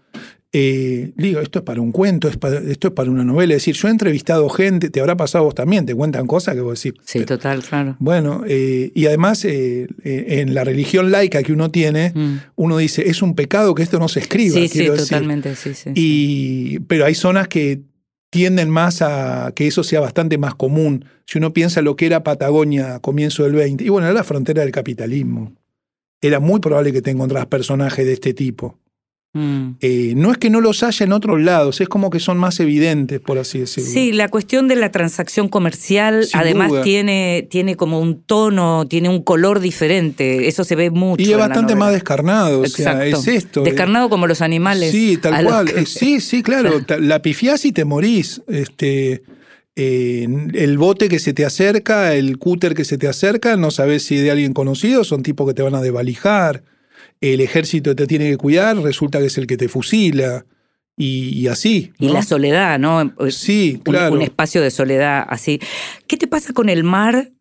eh, digo, esto es para un cuento, es para, esto es para una novela. Es decir, yo he entrevistado gente, te habrá pasado a vos también, te cuentan cosas que vos decís. Sí, pero, total, claro. Bueno, eh, y además eh, en la religión laica que uno tiene, mm. uno dice, es un pecado que esto no se escriba. Sí, sí, decir. totalmente, sí, sí. Y, sí. Pero hay zonas que tienden más a que eso sea bastante más común. Si uno piensa lo que era Patagonia a comienzo del veinte, y bueno, era la frontera del capitalismo. Era muy probable que te encontrás personajes de este tipo. Mm. Eh, no es que no los haya en otros lados, es como que son más evidentes, por así decirlo. Sí, la cuestión de la transacción comercial Sin además tiene, tiene como un tono, tiene un color diferente, eso se ve mucho. Y es bastante más descarnado, Exacto. o sea, es esto. Descarnado eh. como los animales. Sí, tal cual. Que... Sí, sí, claro. La pifiás y te morís. Este, eh, el bote que se te acerca, el cúter que se te acerca, no sabes si es de alguien conocido, son tipos que te van a desvalijar. El ejército te tiene que cuidar, resulta que es el que te fusila, y, y así, ¿no? Y la soledad, ¿no? Sí, claro. Un, un espacio de soledad así. ¿Qué te pasa con el mar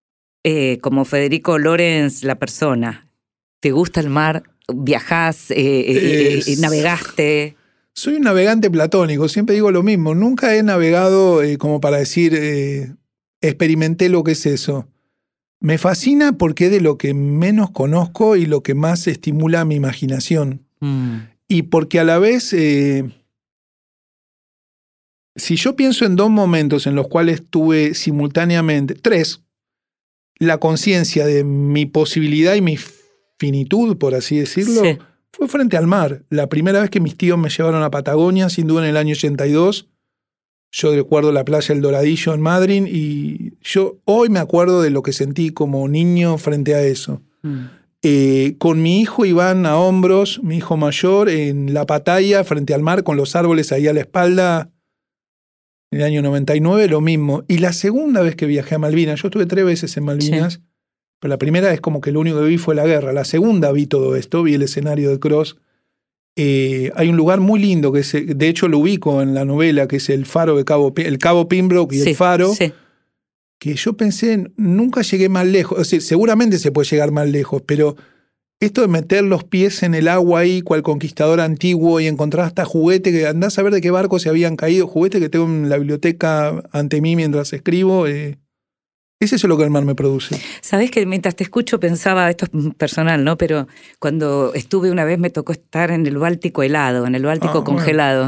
eh, como Federico Lorenz, la persona? ¿Te gusta el mar? ¿Viajás? Eh, es... eh, ¿Navegaste? Soy un navegante platónico, siempre digo lo mismo. Nunca he navegado eh, como para decir, eh, experimenté lo que es eso. Me fascina porque es de lo que menos conozco y lo que más estimula mi imaginación. Mm. Y porque a la vez, eh, si yo pienso en dos momentos en los cuales tuve simultáneamente, tres, la conciencia de mi posibilidad y mi finitud, por así decirlo, sí. fue frente al mar. La primera vez que mis tíos me llevaron a Patagonia, sin duda en el año ochenta y dos, yo recuerdo la playa El Doradillo en Madrid y yo hoy me acuerdo de lo que sentí como niño frente a eso. Mm. Eh, con mi hijo Iván a hombros, mi hijo mayor, en la Pataya, frente al mar, con los árboles ahí a la espalda, en el año noventa y nueve, lo mismo. Y la segunda vez que viajé a Malvinas, yo estuve tres veces en Malvinas, sí. pero la primera es como que lo único que vi fue la guerra. La segunda vi todo esto, vi el escenario de Cross. Eh, hay un lugar muy lindo, que es, de hecho lo ubico en la novela, que es el faro de Cabo, el Cabo Pembroke y sí, el faro, sí. que yo pensé, nunca llegué más lejos, o sea, seguramente se puede llegar más lejos, pero esto de meter los pies en el agua ahí, cual conquistador antiguo, y encontrar hasta juguete, que andás a ver de qué barco se habían caído, juguete que tengo en la biblioteca ante mí mientras escribo, eh, es eso lo que el mar me produce. Sabés que mientras te escucho pensaba, esto es personal, ¿no? Pero cuando estuve una vez me tocó estar en el Báltico helado, en el Báltico ah, congelado. Bueno.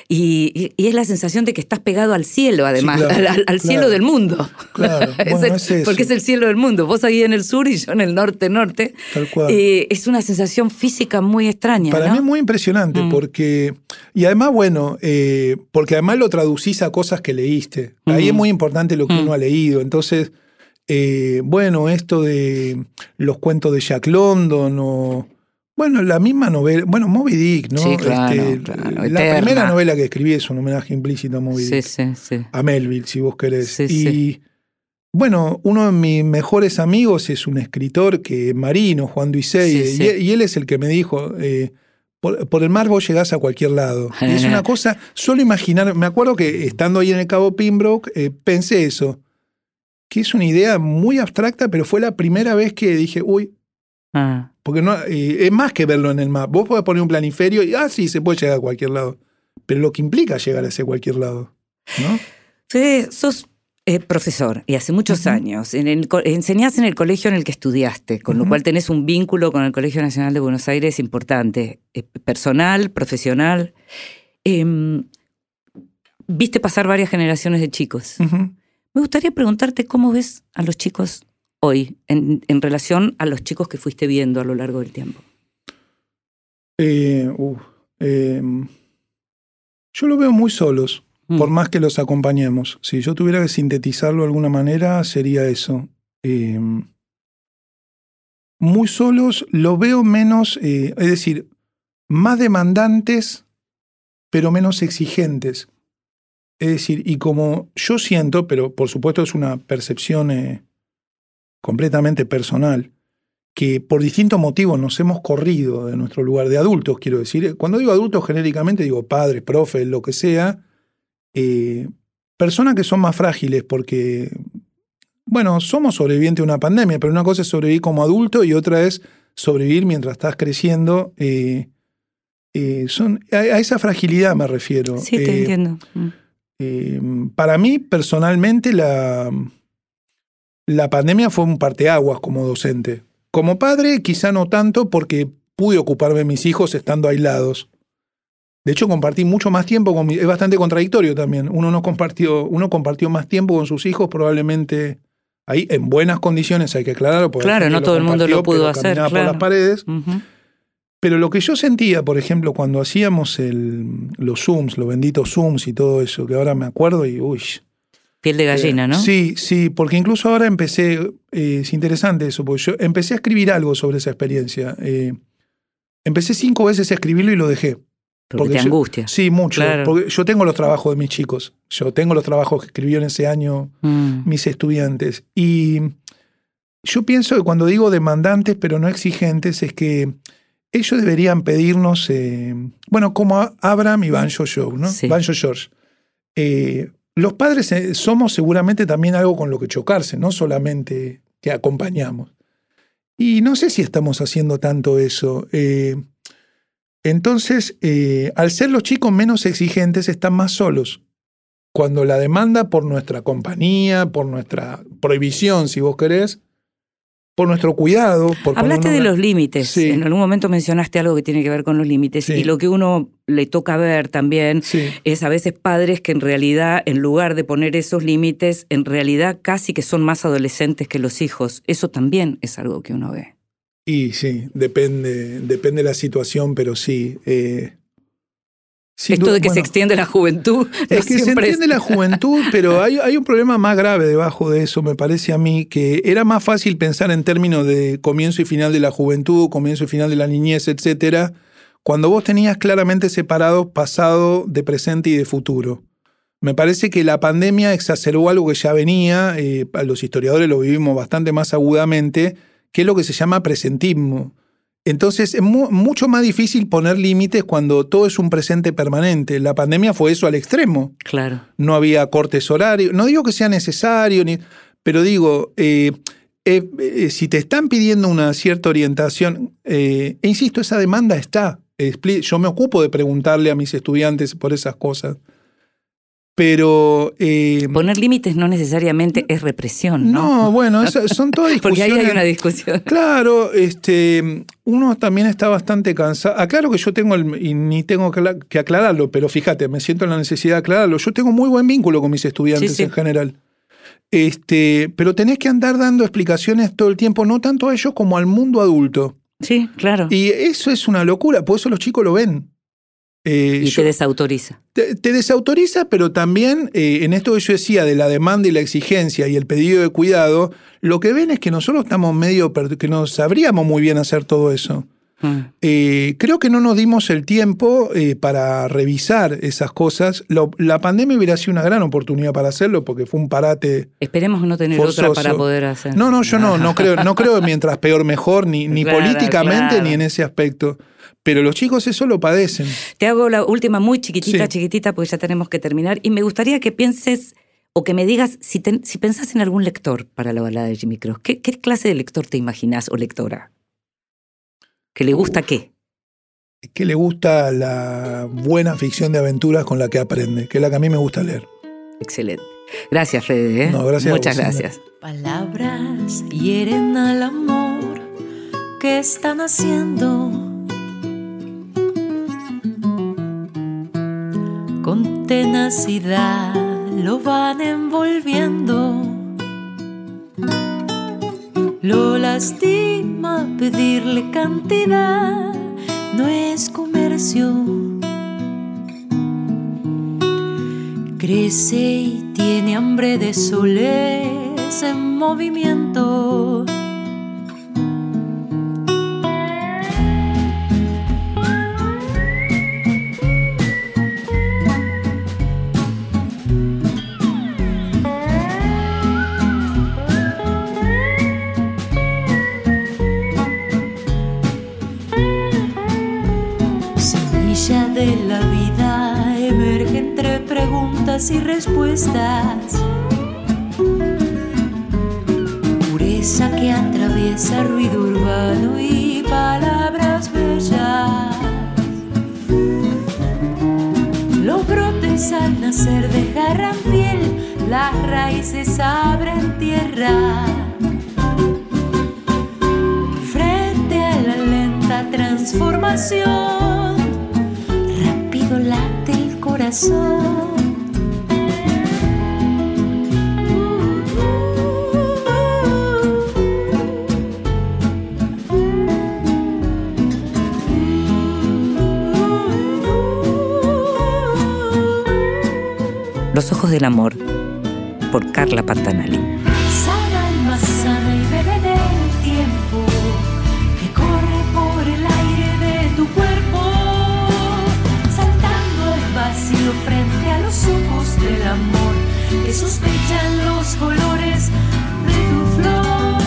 Y, y, y es la sensación de que estás pegado al cielo, además, sí, claro, al, al claro, cielo del mundo. Claro, bueno, es el, es porque es el cielo del mundo. Vos ahí en el sur y yo en el norte-norte. Tal cual. Eh, es una sensación física muy extraña. Para ¿no? mí es muy impresionante, mm. porque. Y además, bueno, eh, porque además lo traducís a cosas que leíste. Mm. Ahí es muy importante lo que mm. uno ha leído. Entonces, eh, bueno, esto de los cuentos de Jack London o. Bueno, la misma novela, bueno, Moby Dick, ¿no? Sí, claro, este, claro, la eterna. primera novela que escribí es un homenaje implícito a Moby Dick. Sí, sí, sí. A Melville, si vos querés. Sí, y sí. bueno, uno de mis mejores amigos es un escritor que marino, Juan Duisey, sí, sí. Y, y él es el que me dijo, eh, por, por el mar vos llegás a cualquier lado. Y es una cosa, solo imaginar, me acuerdo que estando ahí en el Cabo Pembroke, eh, pensé eso, que es una idea muy abstracta, pero fue la primera vez que dije, uy, ah. porque no, eh, es más que verlo en el mapa. Vos podés poner un planiferio y, ah, sí, se puede llegar a cualquier lado. Pero lo que implica llegar a ese cualquier lado, ¿no? Fede, sos eh, profesor y hace muchos uh-huh. años. En el, enseñás en el colegio en el que estudiaste, con uh-huh. lo cual tenés un vínculo con el Colegio Nacional de Buenos Aires importante, eh, personal, profesional. Eh, viste pasar varias generaciones de chicos. Uh-huh. Me gustaría preguntarte cómo ves a los chicos hoy, en, en relación a los chicos que fuiste viendo a lo largo del tiempo. Eh, uh, eh, yo los veo muy solos, mm. por más que los acompañemos. Si yo tuviera que sintetizarlo de alguna manera, sería eso. Eh, muy solos, los veo menos, eh, es decir, más demandantes, pero menos exigentes. Es decir, y como yo siento, pero por supuesto es una percepción eh, completamente personal, que por distintos motivos nos hemos corrido de nuestro lugar de adultos, quiero decir. Cuando digo adultos, genéricamente digo padres, profes, lo que sea. Eh, personas que son más frágiles porque, bueno, somos sobrevivientes de una pandemia, pero una cosa es sobrevivir como adulto y otra es sobrevivir mientras estás creciendo. Eh, eh, son, a, a esa fragilidad me refiero. Sí, te eh, entiendo. Mm. Eh, para mí, personalmente, la... La pandemia fue un parteaguas como docente. Como padre, quizá no tanto porque pude ocuparme de mis hijos estando aislados. De hecho, compartí mucho más tiempo con mis... Es bastante contradictorio también. Uno no compartió, uno compartió más tiempo con sus hijos, probablemente ahí en buenas condiciones, hay que aclararlo. Claro, no todo el mundo lo pudo hacer. Caminaba claro. por las paredes. Uh-huh. Pero lo que yo sentía, por ejemplo, cuando hacíamos el, los Zooms, los benditos Zooms y todo eso, que ahora me acuerdo y uy... Piel de gallina, eh, ¿no? Sí, sí, porque incluso ahora empecé, eh, es interesante eso, porque yo empecé a escribir algo sobre esa experiencia. Eh, empecé cinco veces a escribirlo y lo dejé. Porque, porque te yo, angustia. Sí, mucho. Claro. Porque yo tengo los trabajos de mis chicos. Yo tengo los trabajos que escribieron ese año mm. mis estudiantes. Y yo pienso que cuando digo demandantes pero no exigentes es que ellos deberían pedirnos, eh, bueno, como Abraham y Banjo Joe, ¿no? Sí. Banjo George. Eh, Los padres somos seguramente también algo con lo que chocarse, no solamente que acompañamos. Y no sé si estamos haciendo tanto eso. Eh, entonces, eh, al ser los chicos menos exigentes, están más solos. Cuando la demanda por nuestra compañía, por nuestra prohibición, si vos querés, por nuestro cuidado. Por Hablaste uno... de los límites. Sí. En algún momento mencionaste algo que tiene que ver con los límites. Sí. Y lo que uno le toca ver también sí. es a veces padres que en realidad, en lugar de poner esos límites, en realidad casi que son más adolescentes que los hijos. Eso también es algo que uno ve. Y sí, depende, depende de la situación, pero sí. Eh... Esto de que bueno, se extiende la juventud. Es que se extiende es... la juventud, pero hay, hay un problema más grave debajo de eso, me parece a mí, que era más fácil pensar en términos de comienzo y final de la juventud, comienzo y final de la niñez, etcétera, cuando vos tenías claramente separados pasado, de presente y de futuro. Me parece que la pandemia exacerbó algo que ya venía, eh, los historiadores lo vivimos bastante más agudamente, que es lo que se llama presentismo. Entonces es mu- mucho más difícil poner límites cuando todo es un presente permanente. La pandemia fue eso al extremo. Claro. No había cortes horarios. No digo que sea necesario, ni, pero digo, eh, eh, eh, si te están pidiendo una cierta orientación, eh, e insisto, esa demanda está. Yo me ocupo de preguntarle a mis estudiantes por esas cosas. Pero... Eh, Poner límites no necesariamente es represión, ¿no? No, bueno, eso, son todas discusiones. Porque ahí hay una discusión. Claro, este, uno también está bastante cansado. Aclaro que yo tengo, el, y ni tengo que aclararlo, pero fíjate, me siento en la necesidad de aclararlo. Yo tengo muy buen vínculo con mis estudiantes sí, sí. en general. Este, pero tenés que andar dando explicaciones todo el tiempo, no tanto a ellos como al mundo adulto. Sí, claro. Y eso es una locura, por eso los chicos lo ven. Eh, y yo, te desautoriza. Te, te desautoriza, pero también eh, en esto que yo decía de la demanda y la exigencia y el pedido de cuidado, lo que ven es que nosotros estamos medio, que no sabríamos muy bien hacer todo eso. Mm. Eh, creo que no nos dimos el tiempo eh, para revisar esas cosas. Lo, la pandemia hubiera sido una gran oportunidad para hacerlo porque fue un parate. Esperemos no tener forzoso. Otra para poder hacer. No, no, yo no, no creo, no creo mientras peor mejor, ni, ni claro, políticamente claro. ni en ese aspecto. Pero los chicos eso lo padecen. Te hago la última muy chiquitita, sí. chiquitita, porque ya tenemos que terminar. Y me gustaría que pienses o que me digas si, te, si pensás en algún lector para la balada de Jimmy Croce. ¿Qué, qué clase de lector te imaginás o lectora? ¿Que le gusta Uf. qué? Que le gusta la buena ficción de aventuras con la que aprende, que es la que a mí me gusta leer. Excelente. Gracias, Fede. ¿eh? No, gracias Muchas a vos, gracias. Palabras hieren al amor que están haciendo. Con tenacidad lo van envolviendo. Lo lastima pedirle cantidad, no es comercio. Crece y tiene hambre de soles en movimiento. De la vida emerge entre preguntas y respuestas, pureza que atraviesa ruido urbano y palabras bellas. Los brotes al nacer desgarran piel, las raíces abren tierra. Frente a la lenta transformación late el corazón. Los ojos del amor, por Carla Pantanali. Sana alma sana y bebe del tiempo que corre por el aire de tu cuerpo. Frente a los ojos del amor que sospechan los colores de tu flor.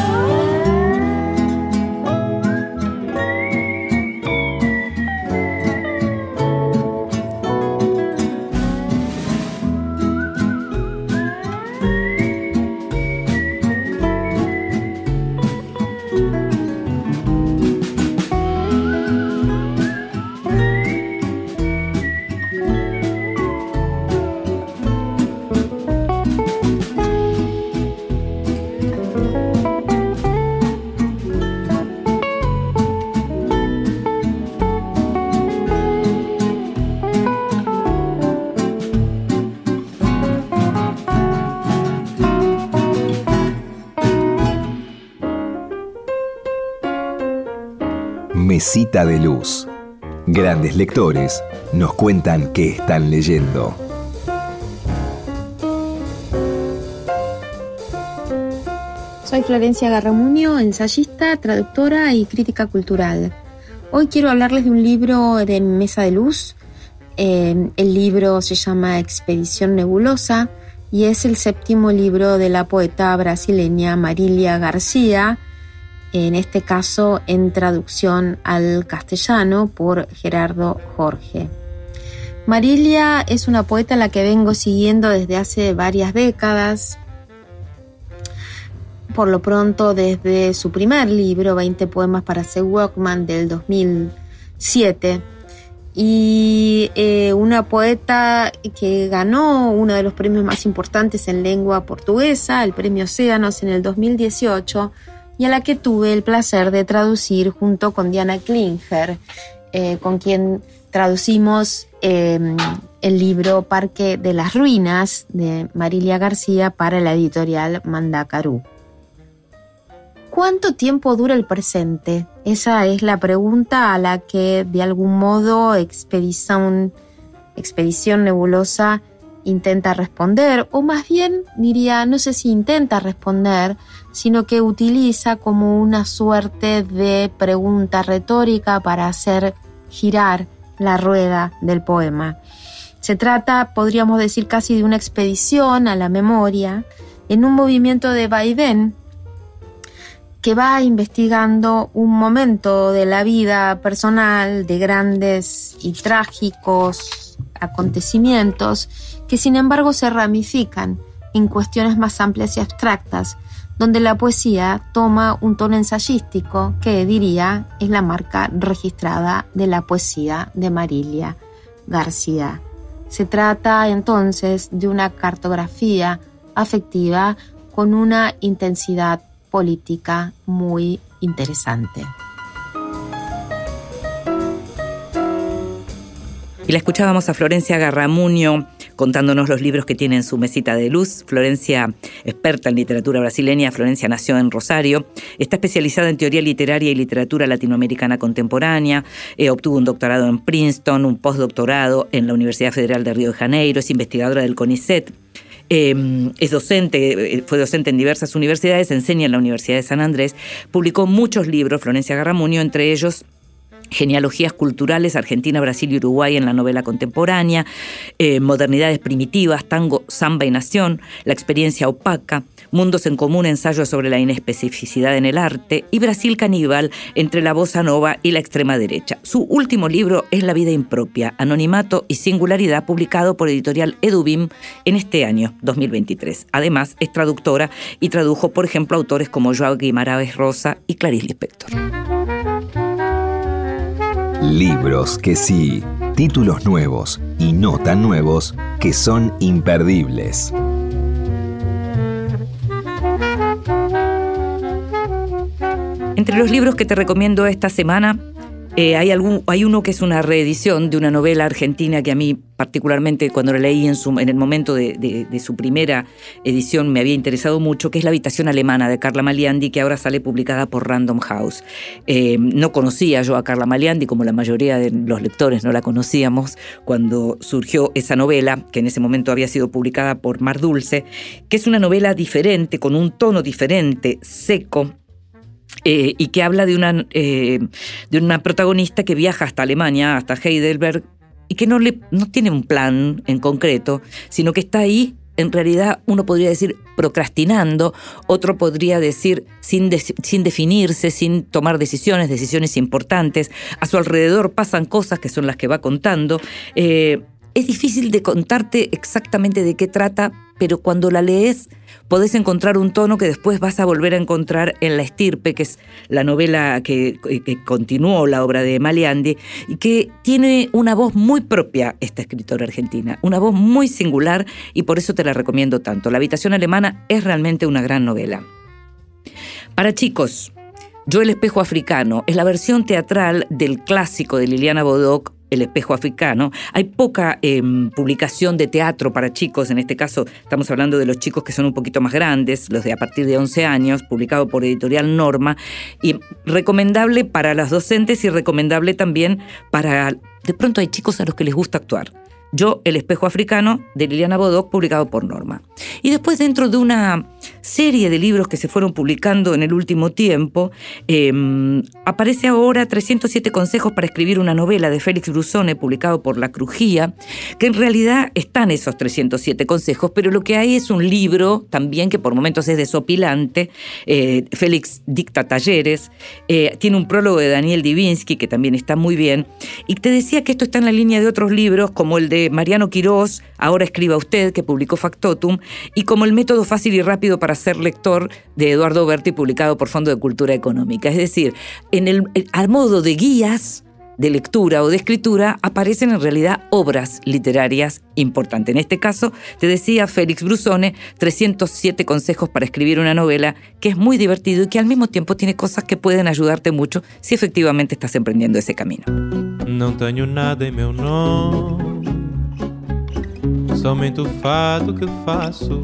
Mesita de luz. Grandes lectores nos cuentan qué están leyendo. Soy Florencia Garramuño, ensayista, traductora y crítica cultural. Hoy quiero hablarles de un libro de Mesa de Luz. Eh, el libro se llama Expedición Nebulosa y es el séptimo libro de la poeta brasileña Marília García, en este caso en traducción al castellano por Gerardo Jorge. Marília es una poeta a la que vengo siguiendo desde hace varias décadas, por lo pronto desde su primer libro, veinte poemas para C. Walkman, del dos mil siete, y eh, una poeta que ganó uno de los premios más importantes en lengua portuguesa, el Premio Océanos, en el dos mil dieciocho, y a la que tuve el placer de traducir junto con Diana Klinger, eh, con quien traducimos eh, el libro Parque de las Ruinas de Marilia García para la editorial Mandacaru. ¿Cuánto tiempo dura el presente? Esa es la pregunta a la que de algún modo Expedición, Expedición Nebulosa intenta responder, o más bien diría, no sé si intenta responder, sino que utiliza como una suerte de pregunta retórica para hacer girar la rueda del poema. Se trata, podríamos decir, casi de una expedición a la memoria en un movimiento de vaivén que va investigando un momento de la vida personal de grandes y trágicos acontecimientos que sin embargo se ramifican en cuestiones más amplias y abstractas, donde la poesía toma un tono ensayístico que, diría, es la marca registrada de la poesía de Marilia García. Se trata entonces de una cartografía afectiva con una intensidad política muy interesante. Y la escuchábamos a Florencia Garramuño contándonos los libros que tiene en su mesita de luz. Florencia, experta en literatura brasileña, Florencia nació en Rosario, está especializada en teoría literaria y literatura latinoamericana contemporánea, eh, obtuvo un doctorado en Princeton, un postdoctorado en la Universidad Federal de Río de Janeiro, es investigadora del CONICET. Eh, es docente, fue docente en diversas universidades, enseña en la Universidad de San Andrés, publicó muchos libros, Florencia Garramuño, entre ellos Genealogías culturales, Argentina, Brasil y Uruguay en la novela contemporánea, eh, Modernidades primitivas, Tango, Samba y Nación, La experiencia opaca, Mundos en común, ensayo sobre la inespecificidad en el arte, y Brasil caníbal, entre la bossa nova y la extrema derecha. Su último libro es La vida impropia, anonimato y singularidad, publicado por editorial Edubim en este año, dos mil veintitrés. Además, es traductora y tradujo, por ejemplo, autores como Joao Guimarães Rosa y Clarice Lispector. Libros que sí, títulos nuevos y no tan nuevos que son imperdibles. Entre los libros que te recomiendo esta semana, eh, hay, algún, hay uno que es una reedición de una novela argentina que a mí particularmente cuando la leí en, su, en el momento de, de, de su primera edición me había interesado mucho, que es La habitación alemana de Carla Maliandi, que ahora sale publicada por Random House. Eh, no conocía yo a Carla Maliandi, como la mayoría de los lectores no la conocíamos cuando surgió esa novela, que en ese momento había sido publicada por Mar Dulce, que es una novela diferente, con un tono diferente, seco, Eh, y que habla de una, eh, de una protagonista que viaja hasta Alemania, hasta Heidelberg, y que no, le, no tiene un plan en concreto, sino que está ahí, en realidad uno podría decir procrastinando, otro podría decir sin, de, sin definirse, sin tomar decisiones, decisiones importantes. A su alrededor pasan cosas que son las que va contando. Eh, es difícil de contarte exactamente de qué trata, pero cuando la lees podés encontrar un tono que después vas a volver a encontrar en La estirpe, que es la novela que, que continuó la obra de Maliandi, y que tiene una voz muy propia, esta escritora argentina, una voz muy singular, y por eso te la recomiendo tanto. La habitación alemana es realmente una gran novela. Para chicos, Yo el espejo africano es la versión teatral del clásico de Liliana Bodoc, El espejo africano. Hay poca eh, publicación de teatro para chicos, en este caso estamos hablando de los chicos que son un poquito más grandes, los de a partir de once años, publicado por Editorial Norma, y recomendable para los docentes y recomendable también para... De pronto hay chicos a los que les gusta actuar. Yo, El espejo africano, de Liliana Bodoc, publicado por Norma. Y después, dentro de una serie de libros que se fueron publicando en el último tiempo, eh, aparece ahora trescientos siete consejos para escribir una novela de Félix Brusone, publicado por La Crujía, que en realidad están esos trescientos siete consejos, pero lo que hay es un libro también que por momentos es desopilante. Eh, Félix dicta talleres, eh, tiene un prólogo de Daniel Divinsky, que también está muy bien, y te decía que esto está en la línea de otros libros, como el de Mariano Quirós, Ahora escriba usted, que publicó Factotum, y como El método fácil y rápido para ser lector, de Eduardo Berti, publicado por Fondo de Cultura Económica. Es decir, en el, a modo de guías de lectura o de escritura, aparecen en realidad obras literarias importantes. En este caso, te decía Félix Brusone, trescientos siete consejos para escribir una novela, que es muy divertido y que al mismo tiempo tiene cosas que pueden ayudarte mucho si efectivamente estás emprendiendo ese camino. Não tenho nada em meu nome, somente o fado que faço.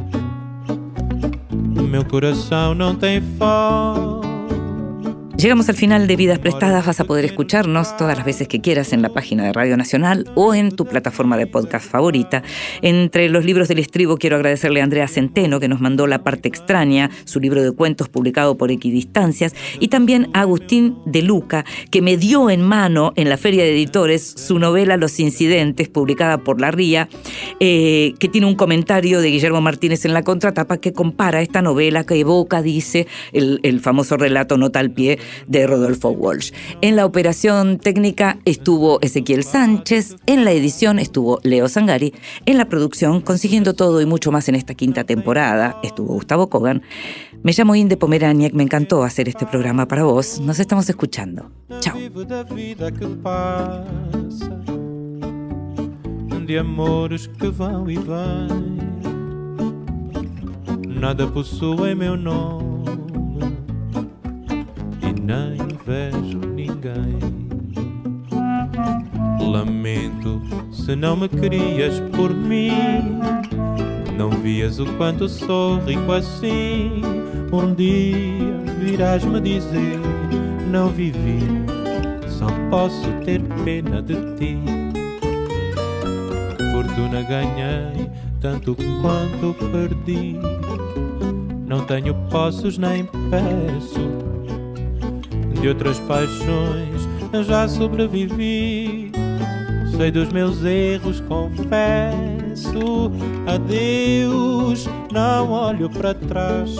Meu coração não tem fome. Llegamos al final de Vidas Prestadas. Vas a poder escucharnos todas las veces que quieras en la página de Radio Nacional o en tu plataforma de podcast favorita. Entre los libros del estribo quiero agradecerle a Andrea Centeno, que nos mandó La parte extraña, su libro de cuentos publicado por Equidistancias, y también a Agustín de Luca, que me dio en mano en la Feria de Editores su novela Los Incidentes, publicada por La Ría, eh, que tiene un comentario de Guillermo Martínez en la contratapa que compara esta novela, que evoca, dice, el, el famoso relato Nota al pie de Rodolfo Walsh. En la operación técnica estuvo Ezequiel Sánchez, en la edición estuvo Leo Zangari, en la producción, consiguiendo todo y mucho más en esta quinta temporada, estuvo Gustavo Kogan. Me llamo Inde Pomeraniec, me encantó hacer este programa para vos. Nos estamos escuchando. Chao. De amores que vão e vêm, nada possui meu nome e nem vejo ninguém. Lamento se não me querias por mim, não vias o quanto sou rico assim. Um dia virás-me dizer, não vivi, só posso ter pena de ti. Fortuna ganhei, tanto quanto perdi. Não tenho posses nem peço, de outras paixões já sobrevivi. Sei dos meus erros, confesso. Adeus, não olho para trás.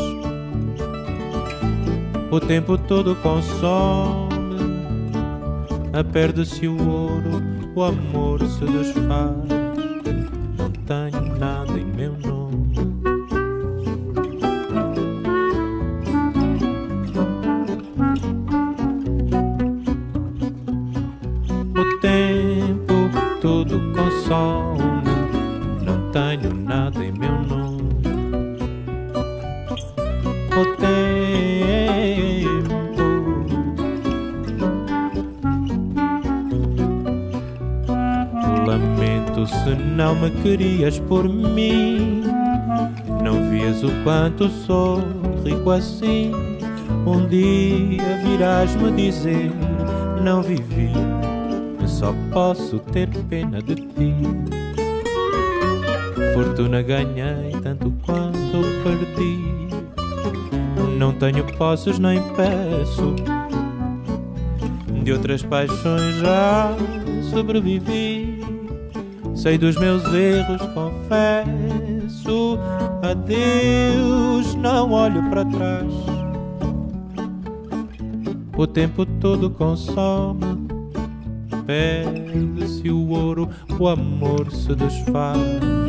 O tempo todo consome, perde-se o ouro, o amor se desfaz. Não tenho nada em meu nome. O tempo todo consome, não tenho nada em meu nome. O tempo lamento se não me querias por mim, não vias o quanto sou rico assim. Um dia virás-me dizer, não vivi, só posso ter pena de ti. Fortuna ganhei, tanto quanto perdi. Não tenho posses nem peço, de outras paixões já sobrevivi. Sei dos meus erros, confesso. Adeus, não olho para trás. O tempo todo consome, perde-se o ouro, o amor se desfaz.